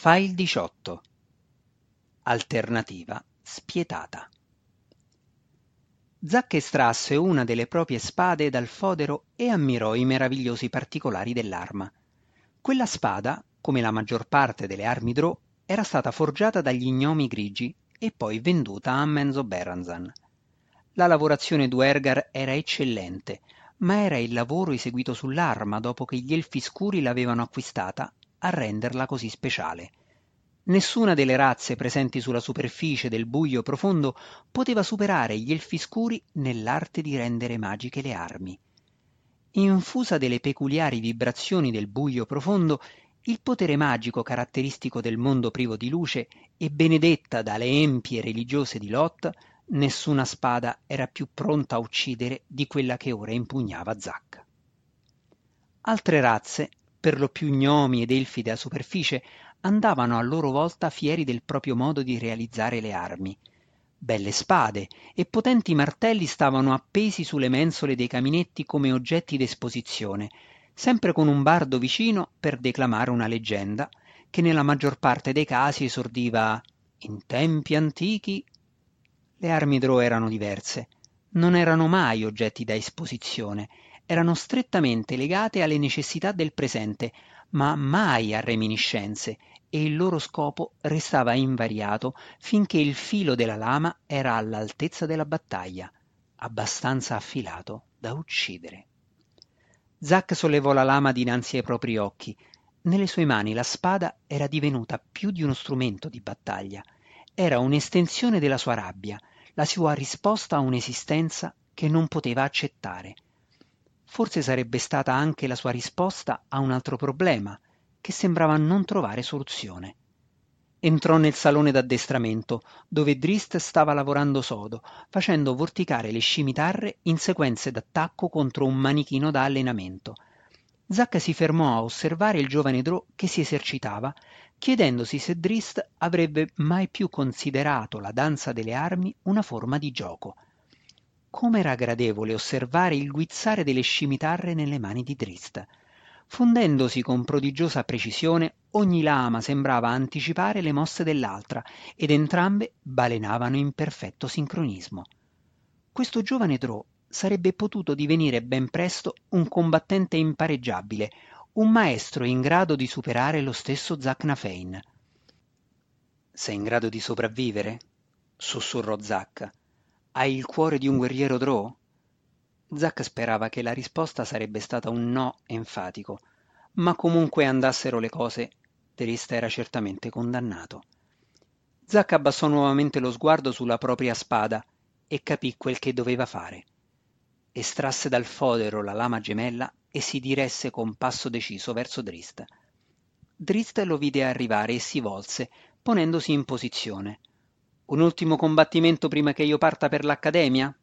File 18. Alternativa spietata. Zack estrasse una delle proprie spade dal fodero e ammirò i meravigliosi particolari dell'arma. Quella spada, come la maggior parte delle armi Drow, era stata forgiata dagli gnomi grigi e poi venduta a Menzoberranzan. La lavorazione Duergar era eccellente, ma era il lavoro eseguito sull'arma dopo che gli Elfi Scuri l'avevano acquistata a renderla così speciale. Nessuna delle razze presenti sulla superficie del buio profondo poteva superare gli Elfi Scuri nell'arte di rendere magiche le armi. Infusa delle peculiari vibrazioni del buio profondo, il potere magico caratteristico del mondo privo di luce e benedetta dalle empie religiose di Lot, nessuna spada era più pronta a uccidere di quella che ora impugnava Zack. Altre razze, per lo più gnomi ed elfi della superficie, andavano a loro volta fieri del proprio modo di realizzare le armi. Belle spade e potenti martelli stavano appesi sulle mensole dei caminetti come oggetti d'esposizione, sempre con un bardo vicino per declamare una leggenda che nella maggior parte dei casi esordiva «In tempi antichi». Le armi Drow erano diverse, non erano mai oggetti da esposizione, erano strettamente legate alle necessità del presente, ma mai a reminiscenze, e il loro scopo restava invariato finché il filo della lama era all'altezza della battaglia, abbastanza affilato da uccidere. Zack sollevò la lama dinanzi ai propri occhi. Nelle sue mani la spada era divenuta più di uno strumento di battaglia. Era un'estensione della sua rabbia, la sua risposta a un'esistenza che non poteva accettare. Forse sarebbe stata anche la sua risposta a un altro problema, che sembrava non trovare soluzione. Entrò nel salone d'addestramento, dove Drist stava lavorando sodo, facendo vorticare le scimitarre in sequenze d'attacco contro un manichino da allenamento. Zack si fermò a osservare il giovane Drow che si esercitava, chiedendosi se Drist avrebbe mai più considerato la danza delle armi una forma di gioco. Com'era gradevole osservare il guizzare delle scimitarre nelle mani di Drist. Fondendosi con prodigiosa precisione, ogni lama sembrava anticipare le mosse dell'altra ed entrambe balenavano in perfetto sincronismo. Questo giovane Drow sarebbe potuto divenire ben presto un combattente impareggiabile, un maestro in grado di superare lo stesso Zack Nafein. «Sei in grado di sopravvivere?» sussurrò Zack. «Hai il cuore di un guerriero Drow?» Zack sperava che la risposta sarebbe stata un no enfatico, ma comunque andassero le cose, Drist era certamente condannato. Zack abbassò nuovamente lo sguardo sulla propria spada e capì quel che doveva fare. Estrasse dal fodero la lama gemella e si diresse con passo deciso verso Drist. Drist lo vide arrivare e si volse, ponendosi in posizione. «Un ultimo combattimento prima che io parta per l'Accademia?»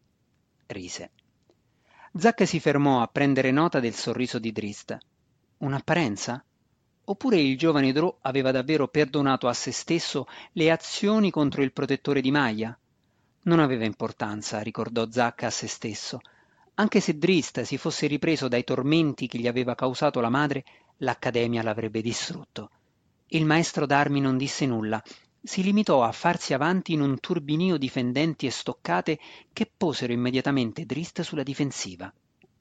Rise. Zack si fermò a prendere nota del sorriso di Drist. Un'apparenza? Oppure il giovane Drow aveva davvero perdonato a se stesso le azioni contro il protettore di Maya? Non aveva importanza, ricordò Zack a se stesso. Anche se Drist si fosse ripreso dai tormenti che gli aveva causato la madre, l'Accademia l'avrebbe distrutto. Il maestro d'armi non disse nulla. Si limitò a farsi avanti in un turbinio di fendenti e stoccate che posero immediatamente Drist sulla difensiva.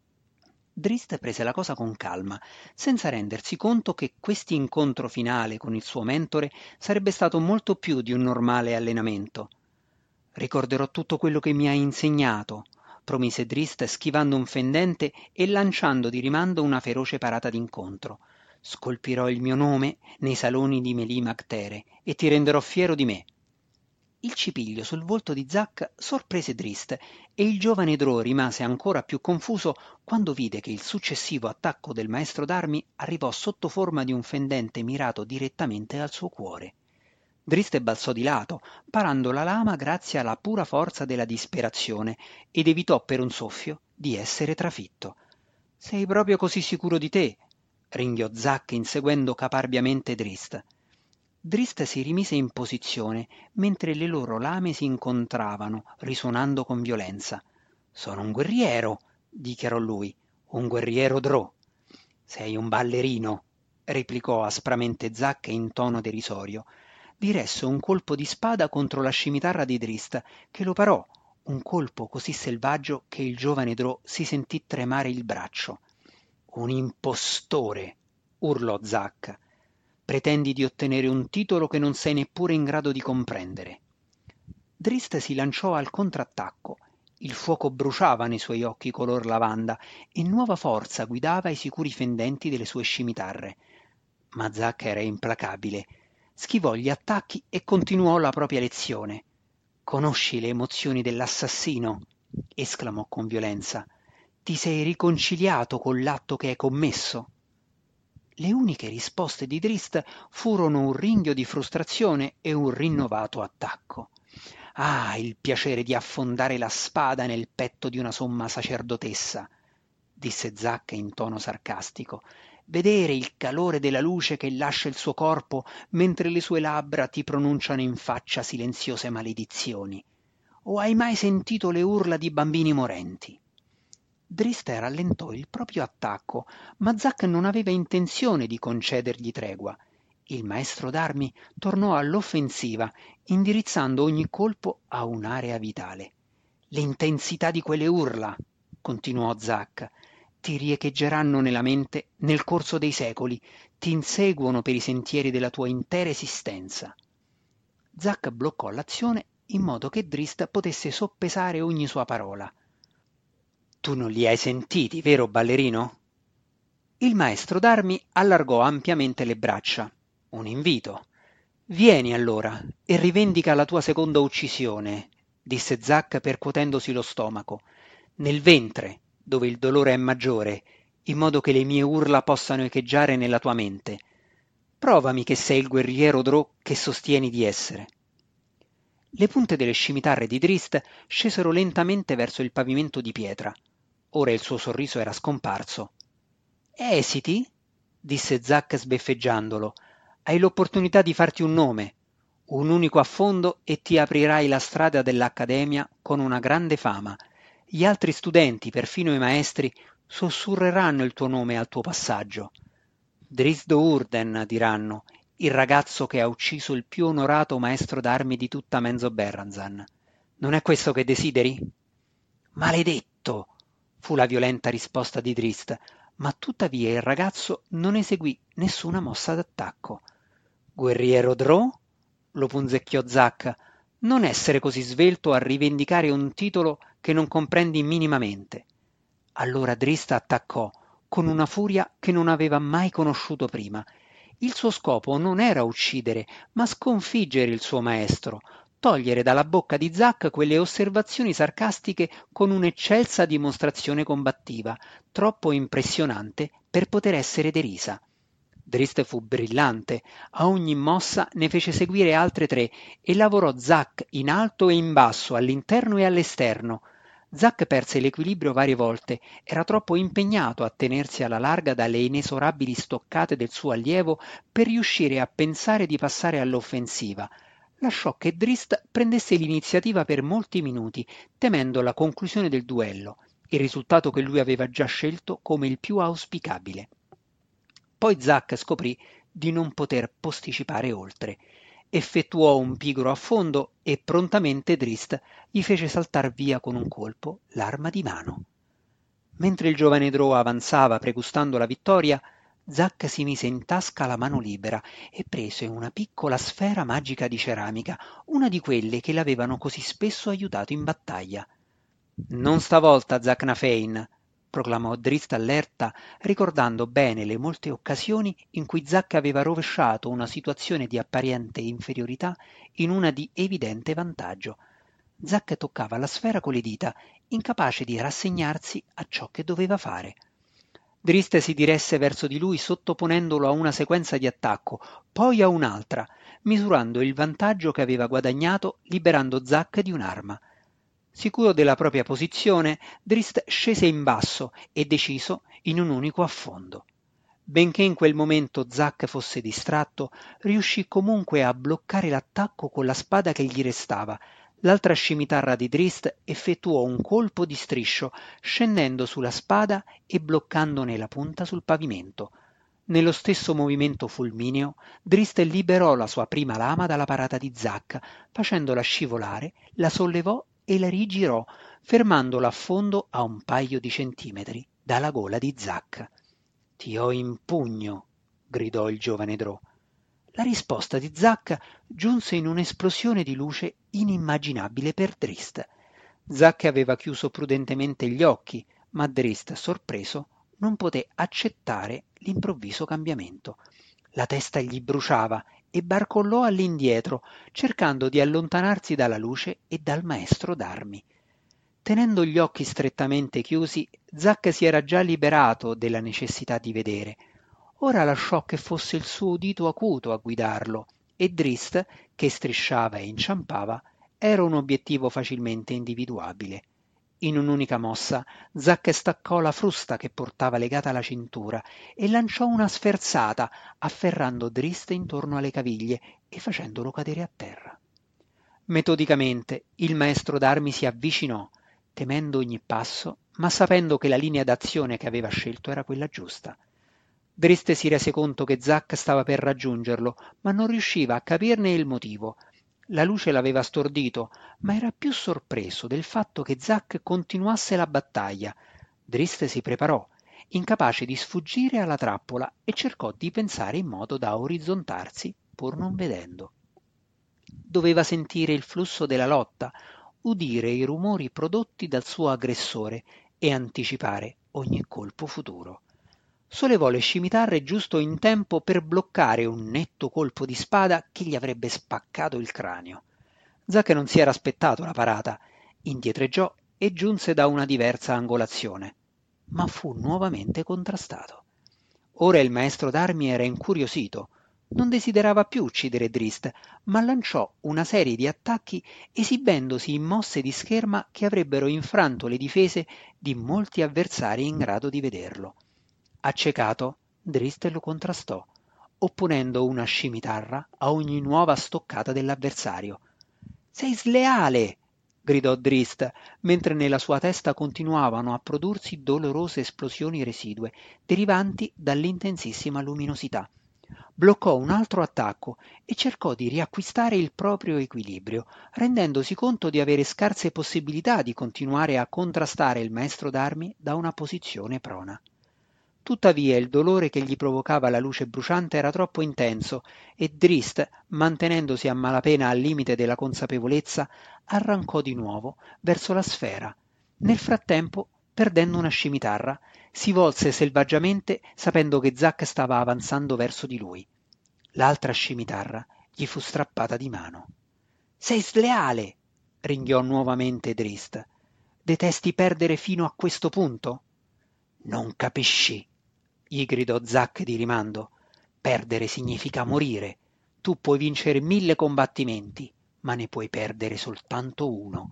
Drist prese la cosa con calma, senza rendersi conto che quest'incontro finale con il suo mentore sarebbe stato molto più di un normale allenamento. «Ricorderò tutto quello che mi hai insegnato», promise Drist schivando un fendente e lanciando di rimando una feroce parata d'incontro. «Scolpirò il mio nome nei saloni di Meli Magtere e ti renderò fiero di me». Il cipiglio sul volto di Zack sorprese Drist e il giovane Drow rimase ancora più confuso quando vide che il successivo attacco del maestro d'armi arrivò sotto forma di un fendente mirato direttamente al suo cuore. Drist balzò di lato, parando la lama grazie alla pura forza della disperazione, ed evitò per un soffio di essere trafitto. «Sei proprio così sicuro di te?» ringhiò Zack inseguendo caparbiamente Drist. Drist si rimise in posizione mentre le loro lame si incontravano, risuonando con violenza. «Sono un guerriero», dichiarò lui, «un guerriero Drow». «Sei un ballerino», replicò aspramente Zack in tono derisorio. Diresse un colpo di spada contro la scimitarra di Drist, che lo parò, un colpo così selvaggio che il giovane Drò si sentì tremare il braccio. «Un impostore!» urlò Zack. «Pretendi di ottenere un titolo che non sei neppure in grado di comprendere». Drist si lanciò al contrattacco. Il fuoco bruciava nei suoi occhi color lavanda e nuova forza guidava i sicuri fendenti delle sue scimitarre. Ma Zack era implacabile. Schivò gli attacchi e continuò la propria lezione. «Conosci le emozioni dell'assassino?» esclamò con violenza. «Ti sei riconciliato con l'atto che hai commesso?» Le uniche risposte di Drist furono un ringhio di frustrazione e un rinnovato attacco. «Ah, il piacere di affondare la spada nel petto di una somma sacerdotessa!» disse Zack in tono sarcastico. «Vedere il calore della luce che lascia il suo corpo mentre le sue labbra ti pronunciano in faccia silenziose maledizioni. O hai mai sentito le urla di bambini morenti?» Drist rallentò il proprio attacco, ma Zack non aveva intenzione di concedergli tregua. Il maestro d'armi tornò all'offensiva, indirizzando ogni colpo a un'area vitale. «L'intensità di quelle urla», continuò Zack, «ti riecheggeranno nella mente nel corso dei secoli, ti inseguono per i sentieri della tua intera esistenza». Zack bloccò l'azione in modo che Drist potesse soppesare ogni sua parola. «Tu non li hai sentiti, vero ballerino?» Il maestro d'armi allargò ampiamente le braccia. Un invito. «Vieni allora e rivendica la tua seconda uccisione», disse Zack percuotendosi lo stomaco, «nel ventre, dove il dolore è maggiore, in modo che le mie urla possano echeggiare nella tua mente. Provami che sei il guerriero Drò che sostieni di essere». Le punte delle scimitarre di Drist scesero lentamente verso il pavimento di pietra. Ora il suo sorriso era scomparso. «Esiti?» disse Zack sbeffeggiandolo. «Hai l'opportunità di farti un nome, un unico affondo e ti aprirai la strada dell'Accademia con una grande fama. Gli altri studenti, perfino i maestri, sussurreranno il tuo nome al tuo passaggio. Drisdo Urden, diranno, il ragazzo che ha ucciso il più onorato maestro d'armi di tutta Menzoberranzan. Non è questo che desideri?» «Maledetto!» fu la violenta risposta di Drist, ma tuttavia il ragazzo non eseguì nessuna mossa d'attacco. «Guerriero Drò?» lo punzecchiò Zack. «Non essere così svelto a rivendicare un titolo che non comprendi minimamente». Allora Drist attaccò, con una furia che non aveva mai conosciuto prima. Il suo scopo non era uccidere, ma sconfiggere il suo maestro, togliere dalla bocca di Zack quelle osservazioni sarcastiche con un'eccelsa dimostrazione combattiva, troppo impressionante per poter essere derisa. Drist fu brillante, a ogni mossa ne fece seguire altre 3 e lavorò Zack in alto e in basso, all'interno e all'esterno. Zack perse l'equilibrio varie volte, era troppo impegnato a tenersi alla larga dalle inesorabili stoccate del suo allievo per riuscire a pensare di passare all'offensiva. Lasciò che Drist prendesse l'iniziativa per molti minuti, temendo la conclusione del duello, il risultato che lui aveva già scelto come il più auspicabile. Poi Zack scoprì di non poter posticipare oltre. Effettuò un pigro affondo e prontamente Drist gli fece saltar via con un colpo l'arma di mano. Mentre il giovane Drò avanzava pregustando la vittoria, Zack si mise in tasca la mano libera e prese una piccola sfera magica di ceramica, una di quelle che l'avevano così spesso aiutato in battaglia. «Non stavolta, Zack Nafein», proclamò Drist allerta, ricordando bene le molte occasioni in cui Zack aveva rovesciato una situazione di apparente inferiorità in una di evidente vantaggio. Zack toccava la sfera con le dita, incapace di rassegnarsi a ciò che doveva fare. Drist si diresse verso di lui sottoponendolo a una sequenza di attacco, poi a un'altra, misurando il vantaggio che aveva guadagnato liberando Zack di un'arma. Sicuro della propria posizione, Drist scese in basso e deciso in un unico affondo. Benché in quel momento Zack fosse distratto, riuscì comunque a bloccare l'attacco con la spada che gli restava. L'altra scimitarra di Drist effettuò un colpo di striscio, scendendo sulla spada e bloccandone la punta sul pavimento. Nello stesso movimento fulmineo, Drist liberò la sua prima lama dalla parata di Zack, facendola scivolare, la sollevò e la rigirò, fermandola a fondo a un paio di centimetri dalla gola di Zack. «Ti ho in pugno!» gridò il giovane Drò. La risposta di Zack giunse in un'esplosione di luce inimmaginabile per Drist. Zack aveva chiuso prudentemente gli occhi, ma Drist, sorpreso, non poté accettare l'improvviso cambiamento. La testa gli bruciava e barcollò all'indietro, cercando di allontanarsi dalla luce e dal maestro d'armi. Tenendo gli occhi strettamente chiusi, Zack si era già liberato della necessità di vedere. Ora lasciò che fosse il suo udito acuto a guidarlo, e Drist, che strisciava e inciampava, era un obiettivo facilmente individuabile. In un'unica mossa, Zack staccò la frusta che portava legata alla cintura e lanciò una sferzata, afferrando Drist intorno alle caviglie e facendolo cadere a terra. Metodicamente il maestro d'armi si avvicinò, temendo ogni passo, ma sapendo che la linea d'azione che aveva scelto era quella giusta. Drist si rese conto che Zack stava per raggiungerlo, ma non riusciva a capirne il motivo. La luce l'aveva stordito, ma era più sorpreso del fatto che Zack continuasse la battaglia. Drist si preparò, incapace di sfuggire alla trappola, e cercò di pensare in modo da orizzontarsi, pur non vedendo. Doveva sentire il flusso della lotta, udire i rumori prodotti dal suo aggressore e anticipare ogni colpo futuro. Sollevò le scimitarre giusto in tempo per bloccare un netto colpo di spada che gli avrebbe spaccato il cranio. Zack non si era aspettato la parata, indietreggiò e giunse da una diversa angolazione, ma fu nuovamente contrastato. Ora il maestro d'armi era incuriosito. Non desiderava più uccidere Drist, ma lanciò una serie di attacchi esibendosi in mosse di scherma che avrebbero infranto le difese di molti avversari in grado di vederlo. Accecato, Drist lo contrastò, opponendo una scimitarra a ogni nuova stoccata dell'avversario. «Sei sleale!» gridò Drist, mentre nella sua testa continuavano a prodursi dolorose esplosioni residue derivanti dall'intensissima luminosità. Bloccò un altro attacco e cercò di riacquistare il proprio equilibrio, rendendosi conto di avere scarse possibilità di continuare a contrastare il maestro d'armi da una posizione prona. Tuttavia il dolore che gli provocava la luce bruciante era troppo intenso e Drist, mantenendosi a malapena al limite della consapevolezza, arrancò di nuovo verso la sfera. Nel frattempo, perdendo una scimitarra, si volse selvaggiamente sapendo che Zack stava avanzando verso di lui. L'altra scimitarra gli fu strappata di mano. «Sei sleale!» ringhiò nuovamente Drist. «Detesti perdere fino a questo punto?» «Non capisci!» gli gridò Zack di rimando. «Perdere significa morire. Tu puoi vincere 1000 combattimenti, ma ne puoi perdere soltanto uno».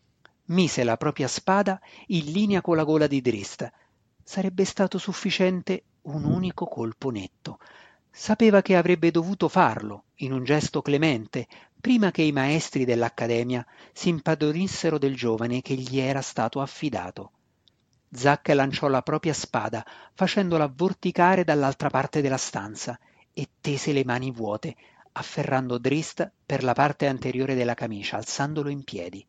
Mise la propria spada in linea con la gola di Drist. Sarebbe stato sufficiente un unico colpo netto. Sapeva che avrebbe dovuto farlo, in un gesto clemente, prima che i maestri dell'Accademia si impadronissero del giovane che gli era stato affidato. Zack lanciò la propria spada, facendola vorticare dall'altra parte della stanza, e tese le mani vuote, afferrando Drist per la parte anteriore della camicia, alzandolo in piedi.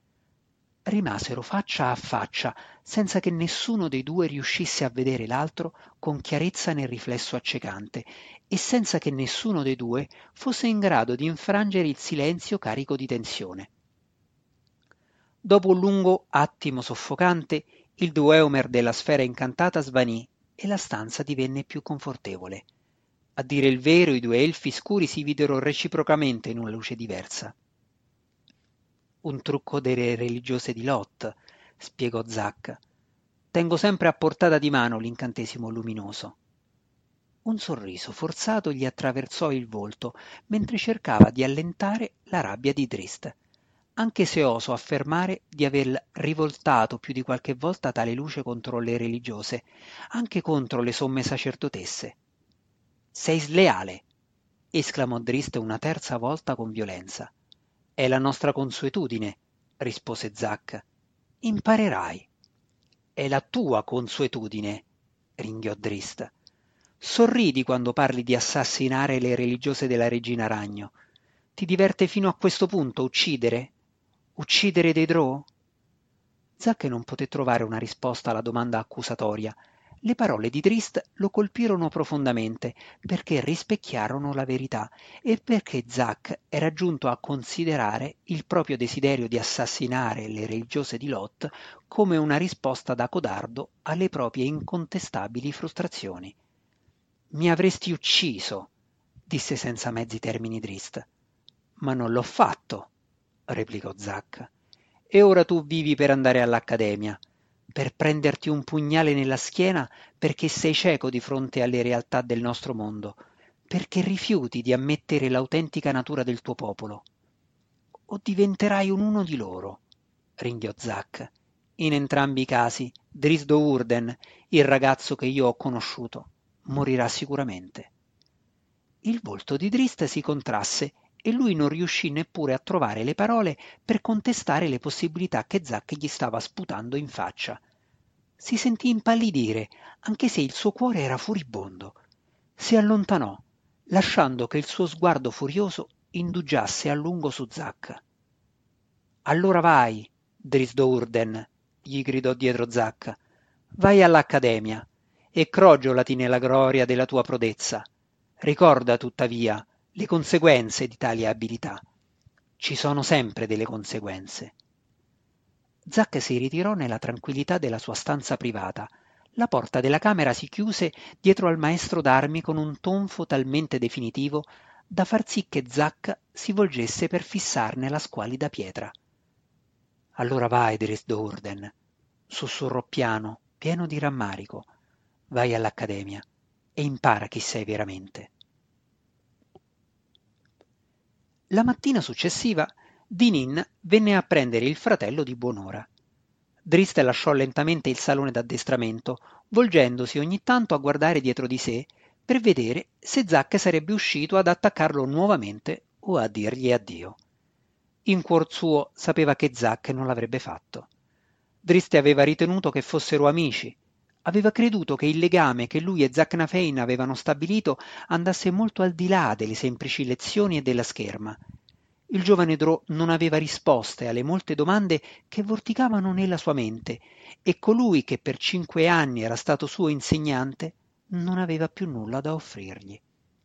Rimasero faccia a faccia, senza che nessuno dei due riuscisse a vedere l'altro con chiarezza nel riflesso accecante, e senza che nessuno dei due fosse in grado di infrangere il silenzio carico di tensione. Dopo un lungo attimo soffocante, il dueomer della sfera incantata svanì e la stanza divenne più confortevole. A dire il vero, i due elfi scuri si videro reciprocamente in una luce diversa. «Un trucco delle religiose di Lot», spiegò Zack. «Tengo sempre a portata di mano l'incantesimo luminoso». Un sorriso forzato gli attraversò il volto mentre cercava di allentare la rabbia di Drist, anche se oso affermare di aver rivoltato più di qualche volta tale luce contro le religiose, anche contro le somme sacerdotesse. «Sei sleale!» esclamò Drist una terza volta con violenza. «È la nostra consuetudine», rispose Zack. «Imparerai». «È la tua consuetudine», ringhiò Drist. Sorridi quando parli di assassinare le religiose della regina Ragno. Ti diverte fino a questo punto uccidere? Uccidere dei Drow? Zack non poté trovare una risposta alla domanda accusatoria. Le parole di Drist lo colpirono profondamente perché rispecchiarono la verità e perché Zack era giunto a considerare il proprio desiderio di assassinare le religiose di Lot come una risposta da codardo alle proprie incontestabili frustrazioni. Mi avresti ucciso, disse senza mezzi termini Drist. Ma non l'ho fatto, replicò Zack. E ora tu vivi per andare all'Accademia, per prenderti un pugnale nella schiena perché sei cieco di fronte alle realtà del nostro mondo, perché rifiuti di ammettere l'autentica natura del tuo popolo. O diventerai un uno di loro, ringhiò Zack. In entrambi i casi, Drizzt Do'Urden, il ragazzo che io ho conosciuto, morirà sicuramente. Il volto di Drist si contrasse e lui non riuscì neppure a trovare le parole per contestare le possibilità che Zack gli stava sputando in faccia. Si sentì impallidire, anche se il suo cuore era furibondo. Si allontanò, lasciando che il suo sguardo furioso indugiasse a lungo su Zack. Allora vai, Drizzt Do'Urden, gli gridò dietro Zack. Vai all'Accademia e crogiolati nella gloria della tua prodezza. Ricorda, tuttavia, le conseguenze di tali abilità. Ci sono sempre delle conseguenze. Zack si ritirò nella tranquillità della sua stanza privata. La porta della camera si chiuse dietro al maestro d'armi con un tonfo talmente definitivo da far sì che Zack si volgesse per fissarne la squallida pietra. Allora vai, Drizzt Do'Urden, sussurrò piano, pieno di rammarico. Vai all'Accademia e impara chi sei veramente. La mattina successiva, Dinin venne a prendere il fratello di buon'ora. Drist lasciò lentamente il salone d'addestramento, volgendosi ogni tanto a guardare dietro di sé per vedere se Zack sarebbe uscito ad attaccarlo nuovamente o a dirgli addio. In cuor suo sapeva che Zack non l'avrebbe fatto. Drist aveva ritenuto che fossero amici. Aveva creduto che il legame che lui e Zack Nafein avevano stabilito andasse molto al di là delle semplici lezioni e della scherma. Il giovane Drò non aveva risposte alle molte domande che vorticavano nella sua mente e colui che per 5 anni era stato suo insegnante non aveva più nulla da offrirgli.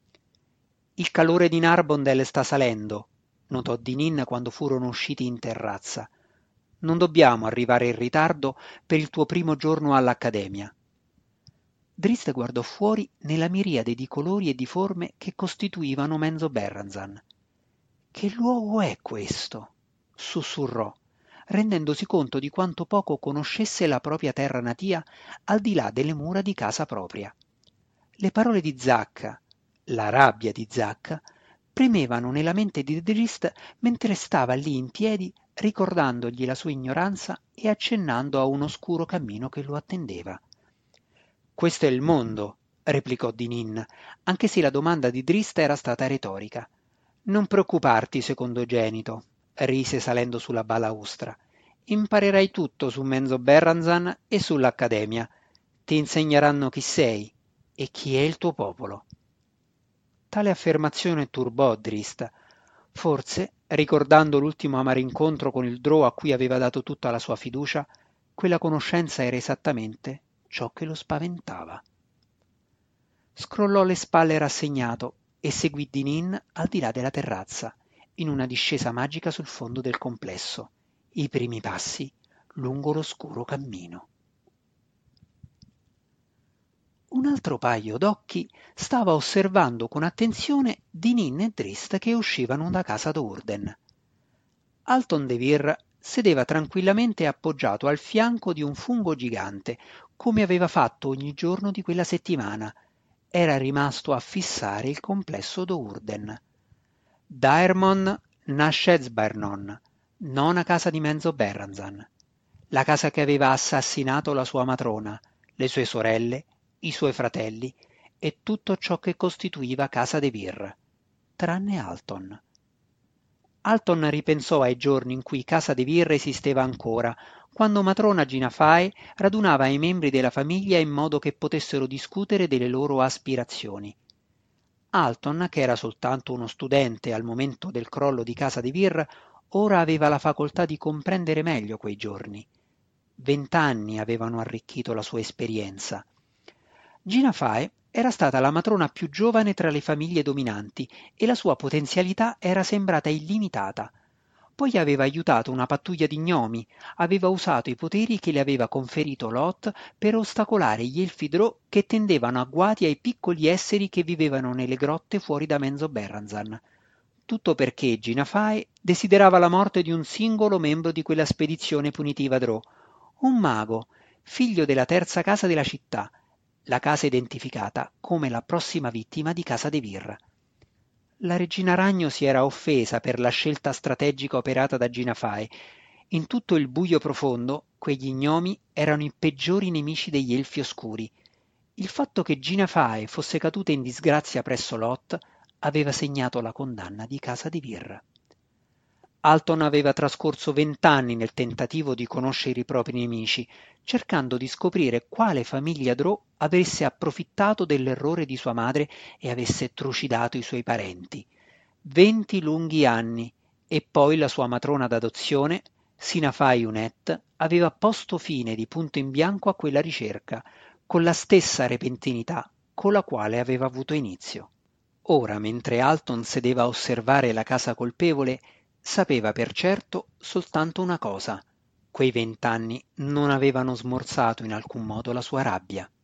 Il calore di Narbondel sta salendo, notò Dinin quando furono usciti in terrazza. Non dobbiamo arrivare in ritardo per il tuo primo giorno all'Accademia. Drist guardò fuori nella miriade di colori e di forme che costituivano Menzoberranzan. Che luogo è questo? Sussurrò, rendendosi conto di quanto poco conoscesse la propria terra natia al di là delle mura di casa propria. Le parole di Zacca, la rabbia di Zacca, premevano nella mente di Drist mentre stava lì in piedi ricordandogli la sua ignoranza e accennando a un oscuro cammino che lo attendeva. Questo è il mondo, replicò Dinin, anche se la domanda di Drist era stata retorica. Non preoccuparti, secondogenito, rise salendo sulla balaustra. Imparerai tutto su Menzoberranzan e sull'Accademia. Ti insegneranno chi sei e chi è il tuo popolo. Tale affermazione turbò Drist. Forse, ricordando l'ultimo amaro incontro con il Drow a cui aveva dato tutta la sua fiducia, quella conoscenza era esattamente ciò che lo spaventava. Scrollò le spalle rassegnato e seguì Dinin al di là della terrazza, in una discesa magica sul fondo del complesso, i primi passi lungo l'oscuro cammino. Un altro paio d'occhi stava osservando con attenzione Dinin e Drist che uscivano da casa d'Urden. Alton de Vir sedeva tranquillamente appoggiato al fianco di un fungo gigante, come aveva fatto ogni giorno di quella settimana. Era rimasto a fissare il complesso d'Urden. Daermon Nashezbaernon, nona casa di Menzoberranzan, la casa che aveva assassinato la sua matrona, le sue sorelle, i suoi fratelli e tutto ciò che costituiva casa de Vir, tranne Alton. Alton ripensò ai giorni in cui Casa de Virre esisteva ancora, quando matrona Gina Fae radunava i membri della famiglia in modo che potessero discutere delle loro aspirazioni. Alton, che era soltanto uno studente al momento del crollo di Casa de Virre, ora aveva la facoltà di comprendere meglio quei giorni. 20 anni avevano arricchito la sua esperienza. Gina Fae era stata la matrona più giovane tra le famiglie dominanti e la sua potenzialità era sembrata illimitata. Poi aveva aiutato una pattuglia di gnomi, aveva usato i poteri che le aveva conferito Lot per ostacolare gli elfi Drò che tendevano agguati ai piccoli esseri che vivevano nelle grotte fuori da Menzoberranzan. Tutto perché Gina Fae desiderava la morte di un singolo membro di quella spedizione punitiva Drò, un mago, figlio della terza casa della città, la casa identificata come la prossima vittima di Casa de Virre. La regina Ragno si era offesa per la scelta strategica operata da Gina Fae. In tutto il buio profondo, quegli gnomi erano i peggiori nemici degli Elfi Oscuri. Il fatto che Gina Fae fosse caduta in disgrazia presso Lot aveva segnato la condanna di Casa de Virre. Alton aveva trascorso 20 anni nel tentativo di conoscere i propri nemici, cercando di scoprire quale famiglia Drò avesse approfittato dell'errore di sua madre e avesse trucidato i suoi parenti. 20 lunghi anni, e poi la sua matrona d'adozione, Sinafai Unet, aveva posto fine di punto in bianco a quella ricerca, con la stessa repentinità con la quale aveva avuto inizio. Ora, mentre Alton sedeva a osservare la casa colpevole, sapeva per certo soltanto una cosa: quei 20 anni non avevano smorzato in alcun modo la sua rabbia.